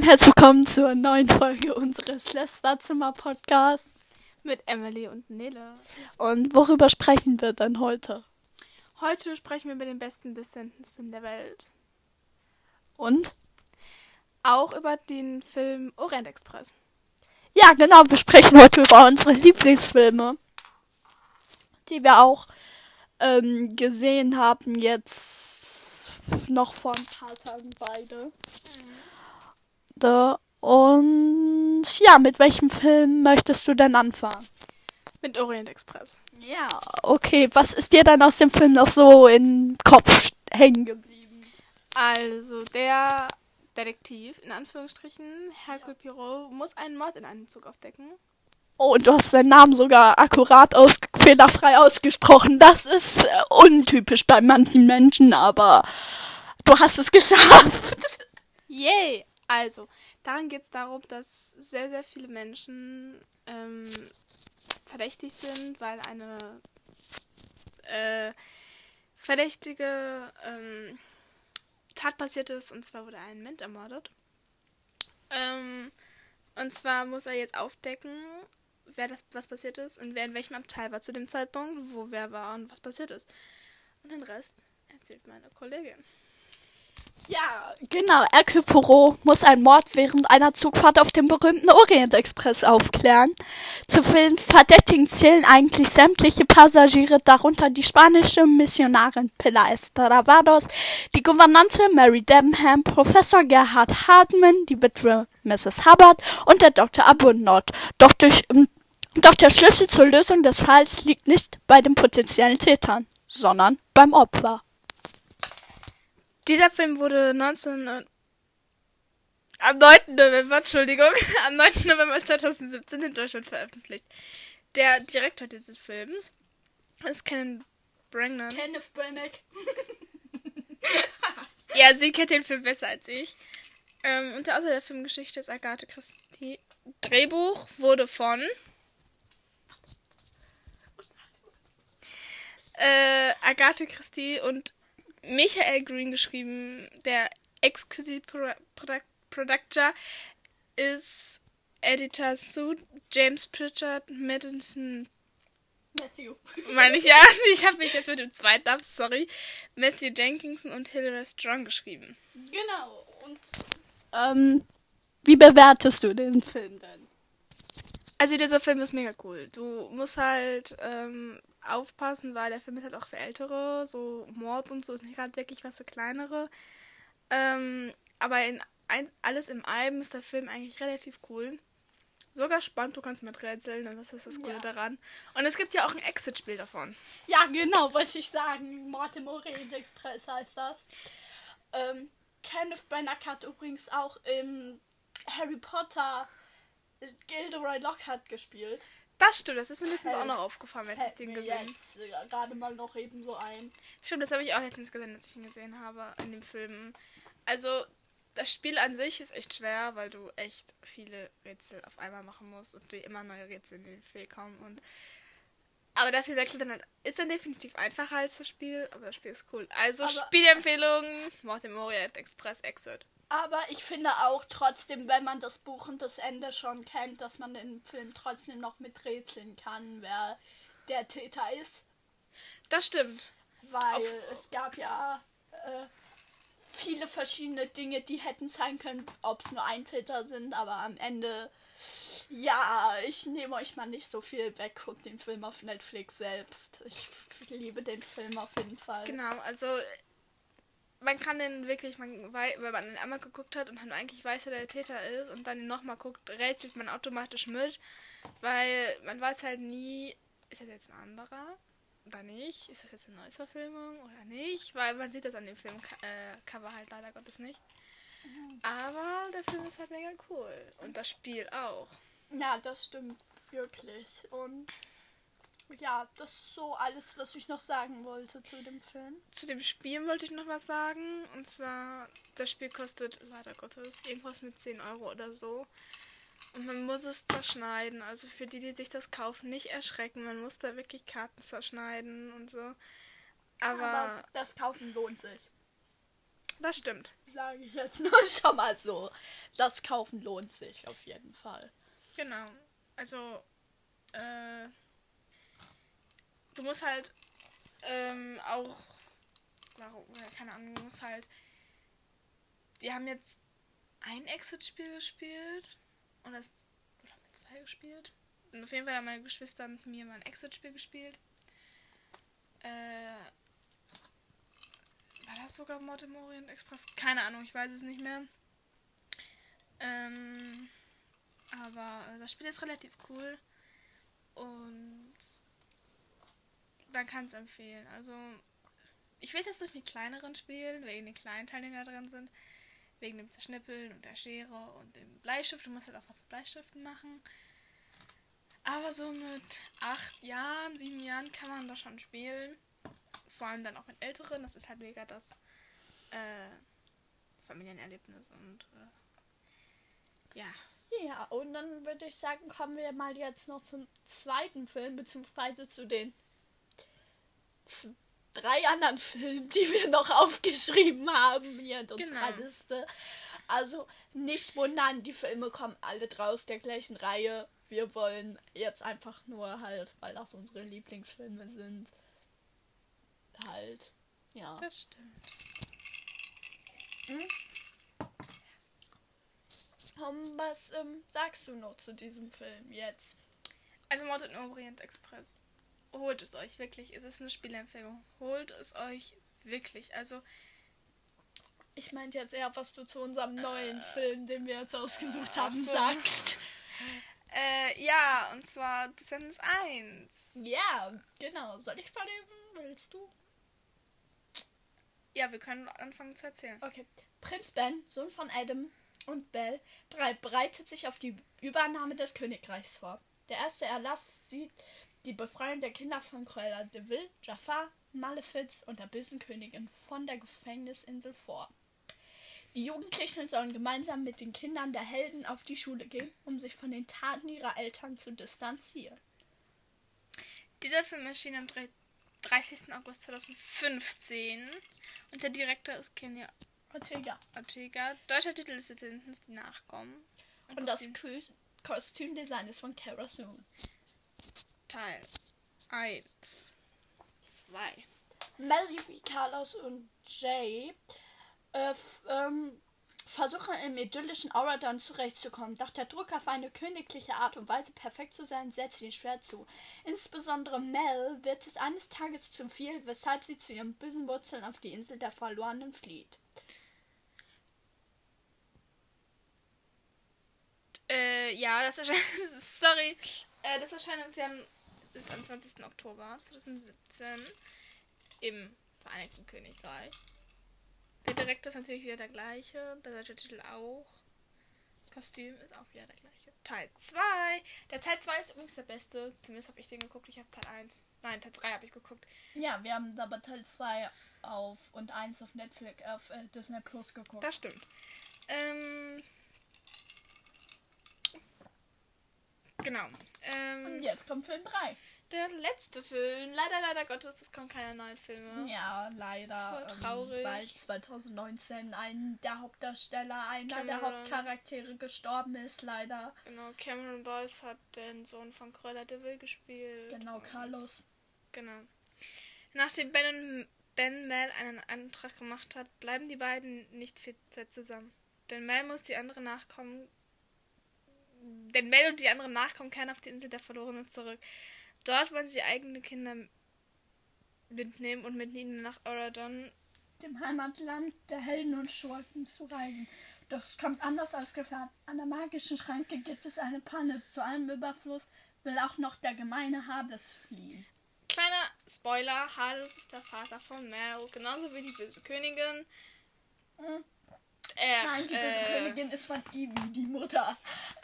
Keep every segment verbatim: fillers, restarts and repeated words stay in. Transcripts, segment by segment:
und herzlich willkommen zur neuen Folge unseres Lästerzimmer-Podcasts. Mit Emily und Nele. Und worüber sprechen wir denn heute? Heute sprechen wir über den besten Descendants-Film der Welt. Und? Auch über den Film Orient Express. Ja, genau, wir sprechen heute über unsere Lieblingsfilme, die wir auch ähm, gesehen haben, jetzt noch vor ein paar Tagen beide. Mhm. Da, und ja, mit welchem Film möchtest du denn anfangen? Mit Orient Express. Ja, okay. Was ist dir dann aus dem Film noch so im Kopf hängen geblieben? Also, der Detektiv, in Anführungsstrichen, Hercule Poirot, muss einen Mord in einem Zug aufdecken. Oh, und du hast seinen Namen sogar akkurat, aus, fehlerfrei ausgesprochen. Das ist äh, untypisch bei manchen Menschen, aber du hast es geschafft. Yay! Also, darin geht es darum, dass sehr, sehr viele Menschen ähm, verdächtig sind, weil eine äh, verdächtige ähm, Tat passiert ist, und zwar wurde ein Mensch ermordet. Ähm, und zwar muss er jetzt aufdecken, wer das, was passiert ist und wer in welchem Abteil war zu dem Zeitpunkt, wo wer war und was passiert ist. Und den Rest erzählt meine Kollegin. Ja, genau. Hercule Poirot muss einen Mord während einer Zugfahrt auf dem berühmten Orient Express aufklären. Zu vielen Verdächtigen zählen eigentlich sämtliche Passagiere, darunter die spanische Missionarin Pilar Estradados, die Gouvernante Mary Debenham, Professor Gerhard Hartmann, die Witwe Misses Hubbard und der Doktor Arbuthnot. Doch, durch, doch der Schlüssel zur Lösung des Falls liegt nicht bei den potenziellen Tätern, sondern beim Opfer. Dieser Film wurde neunzehn am neunten November, Entschuldigung, am neunten November zweitausendsiebzehn in Deutschland veröffentlicht. Der Direktor dieses Films ist Kenneth Branagh. Kenneth Branagh. Ja, sie kennt den Film besser als ich. Ähm, und der Autor der Filmgeschichte ist Agathe Christie. Drehbuch wurde von äh, Agathe Christie und Michael Green geschrieben. Der Executive Pro- Product- Producer ist Editor Sue, James Pritchard, Madison Matthew. Meine ich ja. Ich habe mich jetzt mit dem zweiten ab, sorry. Matthew Jenkinson und Hilary Strong geschrieben. Genau. Und ähm, wie bewertest du den Film denn? Also dieser Film ist mega cool. Du musst halt ähm, aufpassen, weil der Film ist halt auch für Ältere. So Mord und so ist nicht gerade wirklich was für Kleinere. Ähm, aber in ein, alles im allem ist der Film eigentlich relativ cool. Sogar spannend, du kannst mit rätseln und das ist das Coole ja. daran. Und es gibt ja auch ein Exit-Spiel davon. Ja, genau, wollte ich sagen. Mord im Orient Express heißt das. Ähm, Kenneth Branagh hat übrigens auch im Harry Potter Gilderoy Lockhart gespielt. Das stimmt, das ist mir letztens auch noch aufgefallen, als ich den gesehen habe. jetzt äh, gerade mal noch eben so ein. Stimmt, das habe ich auch letztens gesehen, als ich ihn gesehen habe in dem Film. Also, das Spiel an sich ist echt schwer, weil du echt viele Rätsel auf einmal machen musst und dir immer neue Rätsel in den Weg kommen. Und aber der Film erklärt dann halt, ist dann definitiv einfacher als das Spiel, aber das Spiel ist cool. Also, aber Spielempfehlung, Mord im Orient Express Exit. Aber ich finde auch trotzdem, wenn man das Buch und das Ende schon kennt, dass man den Film trotzdem noch mit rätseln kann, wer der Täter ist. Das stimmt. Weil Auf, es gab ja äh, viele verschiedene Dinge, die hätten sein können, ob es nur ein Täter sind, aber am Ende, ja, ich nehme euch mal nicht so viel weg, guckt den Film auf Netflix selbst. Ich liebe den Film auf jeden Fall. Genau, also man kann den wirklich, man, wenn man den einmal geguckt hat und dann eigentlich weiß, wer der Täter ist und dann ihn nochmal guckt, rätselt man automatisch mit, weil man weiß halt nie, ist das jetzt ein anderer oder nicht? Ist das jetzt eine Neuverfilmung oder nicht? Weil man sieht das an dem Filmcover äh, halt leider Gottes nicht. Mhm. Aber der Film ist halt mega cool und das Spiel auch. Ja, das stimmt wirklich. Und ja, das ist so alles, was ich noch sagen wollte zu dem Film. Zu dem Spiel wollte ich noch was sagen. Und zwar, das Spiel kostet, leider Gottes, irgendwas mit zehn Euro oder so. Und man muss es zerschneiden. Also für die, die sich das kaufen, nicht erschrecken. Man muss da wirklich Karten zerschneiden und so. Aber, Aber das Kaufen lohnt sich. Das stimmt. Sage ich jetzt nur schon mal so. Das Kaufen lohnt sich auf jeden Fall. Genau. Also, äh, du musst halt ähm, auch, warum, keine Ahnung, du musst halt, die haben jetzt ein Exit-Spiel gespielt und das, oder haben wir zwei gespielt? Und auf jeden Fall haben meine Geschwister mit mir mal ein Exit-Spiel gespielt. Äh, war das sogar Mord im Orient Express? Keine Ahnung, ich weiß es nicht mehr. Ähm, aber äh, das Spiel ist relativ cool und man kann es empfehlen. Also, ich will jetzt nicht mit kleineren spielen, wegen den kleinen Teilen, die da drin sind. Wegen dem Zerschnippeln und der Schere und dem Bleistift. Du musst halt auch was mit Bleistiften machen. Aber so mit acht Jahren, sieben Jahren kann man das schon spielen. Vor allem dann auch mit Älteren. Das ist halt mega das äh, Familienerlebnis. Und äh, ja. Ja, und dann würde ich sagen, kommen wir mal jetzt noch zum zweiten Film, beziehungsweise zu den z- drei anderen Filmen, die wir noch aufgeschrieben haben hier in unserer Genau. Liste. Also nicht wundern, die Filme kommen alle drei aus der gleichen Reihe. Wir wollen jetzt einfach nur halt, weil das unsere Lieblingsfilme sind, halt, ja. Das stimmt. Hm? Um, was ähm, sagst du noch zu diesem Film jetzt? Also Mord im Orient Express. Holt es euch wirklich. Es ist eine Spielempfehlung. Holt es euch wirklich. Also Ich meinte jetzt eher, was du zu unserem neuen Äh, Film, den wir jetzt ausgesucht ach haben, so. sagst. Äh, ja, und zwar Descendants eins. Ja, genau. Soll ich verlesen? Willst du? Ja, wir können anfangen zu erzählen. Okay. Prinz Ben, Sohn von Adam und Belle, bereitet sich auf die Übernahme des Königreichs vor. Der erste Erlass sieht die Befreiung der Kinder von Cruella de Vil, Jafar, Malefiz und der bösen Königin von der Gefängnisinsel vor. Die Jugendlichen sollen gemeinsam mit den Kindern der Helden auf die Schule gehen, um sich von den Taten ihrer Eltern zu distanzieren. Dieser Film erschien am dreißigsten August zweitausendfünfzehn und der Direktor ist Kenny Ortega. Ortega. Deutscher Titel ist Descendants, die Nachkommen. Und das Kö- Kostümdesign ist von Cara Soon. Teil eins. zwei. Melly, Carlos und Jay äh, f- ähm, versuchen im idyllischen Auradon zurechtzukommen. Doch der Druck auf eine königliche Art und Weise perfekt zu sein, setzt ihnen schwer zu. Insbesondere Mel wird es eines Tages zu viel, weshalb sie zu ihren bösen Wurzeln auf die Insel der Verlorenen flieht. Äh, ja, das erscheint. Sorry. Äh, das Erscheinungsjahr ist am zwanzigsten Oktober zweitausendsiebzehn im Vereinigten Königreich. Der Direktor ist natürlich wieder der gleiche. Der deutsche Titel auch. Das Kostüm ist auch wieder der gleiche. Teil zwei. Der Teil zwei ist übrigens der beste. Zumindest habe ich den geguckt. Ich habe Teil eins. Nein, Teil drei habe ich geguckt. Ja, wir haben aber Teil zwei auf und eins auf Netflix, auf äh, Disney Plus geguckt. Das stimmt. Ähm. Genau. Ähm, Und jetzt kommt Film drei. Der letzte Film. Leider, leider Gottes, es kommen keine neuen Filme. Ja, leider. Voll traurig. Ähm, weil zwanzig neunzehn ein der Hauptdarsteller, einer der Cameron. Hauptcharaktere gestorben ist, leider. Genau, Cameron Boyce hat den Sohn von Cruella de Vil gespielt. Genau, Carlos. Genau. Nachdem Ben, und Ben Mel einen Antrag gemacht hat, bleiben die beiden nicht viel Zeit zusammen. Denn Mel muss die anderen Nachkommen... Denn Mel und die anderen Nachkommen kehren auf die Insel der Verlorenen zurück. Dort wollen sie eigene Kinder mitnehmen und mit ihnen nach Auradon, Dem Heimatland der Helden und Schurken, zu reisen. Doch es kommt anders als geplant. An der magischen Schranke gibt es eine Panne. Zu allem Überfluss will auch noch der gemeine Hades fliehen. Kleiner Spoiler, Hades ist der Vater von Mel, genauso wie die böse Königin. Hm. Äh, Nein, die böse äh, Königin ist von Ivy, die Mutter.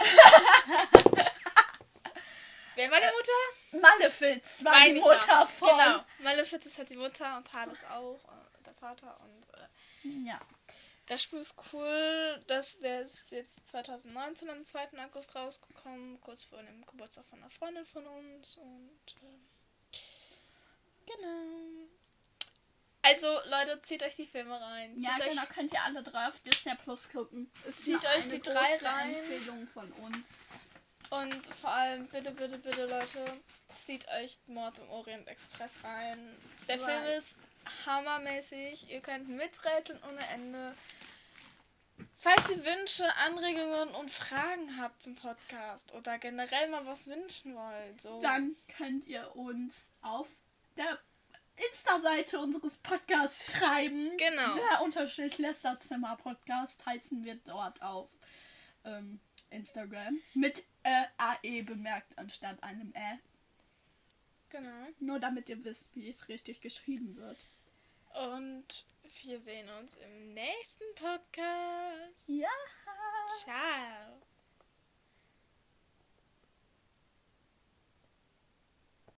Wer war die Mutter? Malefiz war Meine die ich Mutter ja. von... Genau, Malefiz ist halt die Mutter und Hades auch, äh, der Vater. Und äh, Ja. das Spiel ist cool, das, der ist jetzt zwanzig neunzehn am zweiten August rausgekommen, kurz vor dem Geburtstag von einer Freundin von uns. Und äh, genau. Also, Leute, zieht euch die Filme rein. Zieht Ja, euch, genau, könnt ihr alle drei auf Disney Plus gucken. Zieht Ja, euch eine die drei große rein. Empfehlung von uns. Und vor allem, bitte, bitte, bitte, Leute, zieht euch Mord im Orient Express rein. Der Right. Film ist hammermäßig. Ihr könnt miträtseln ohne Ende. Falls ihr Wünsche, Anregungen und Fragen habt zum Podcast oder generell mal was wünschen wollt, so. Dann könnt ihr uns auf der Insta-Seite unseres Podcasts schreiben. Genau. Der Unterstrich Lästerzimmer Podcast heißen wir dort auf ähm, Instagram. Mit äh, A E bemerkt anstatt einem Ä. Genau. Nur damit ihr wisst, wie es richtig geschrieben wird. Und wir sehen uns im nächsten Podcast. Ja. Ciao.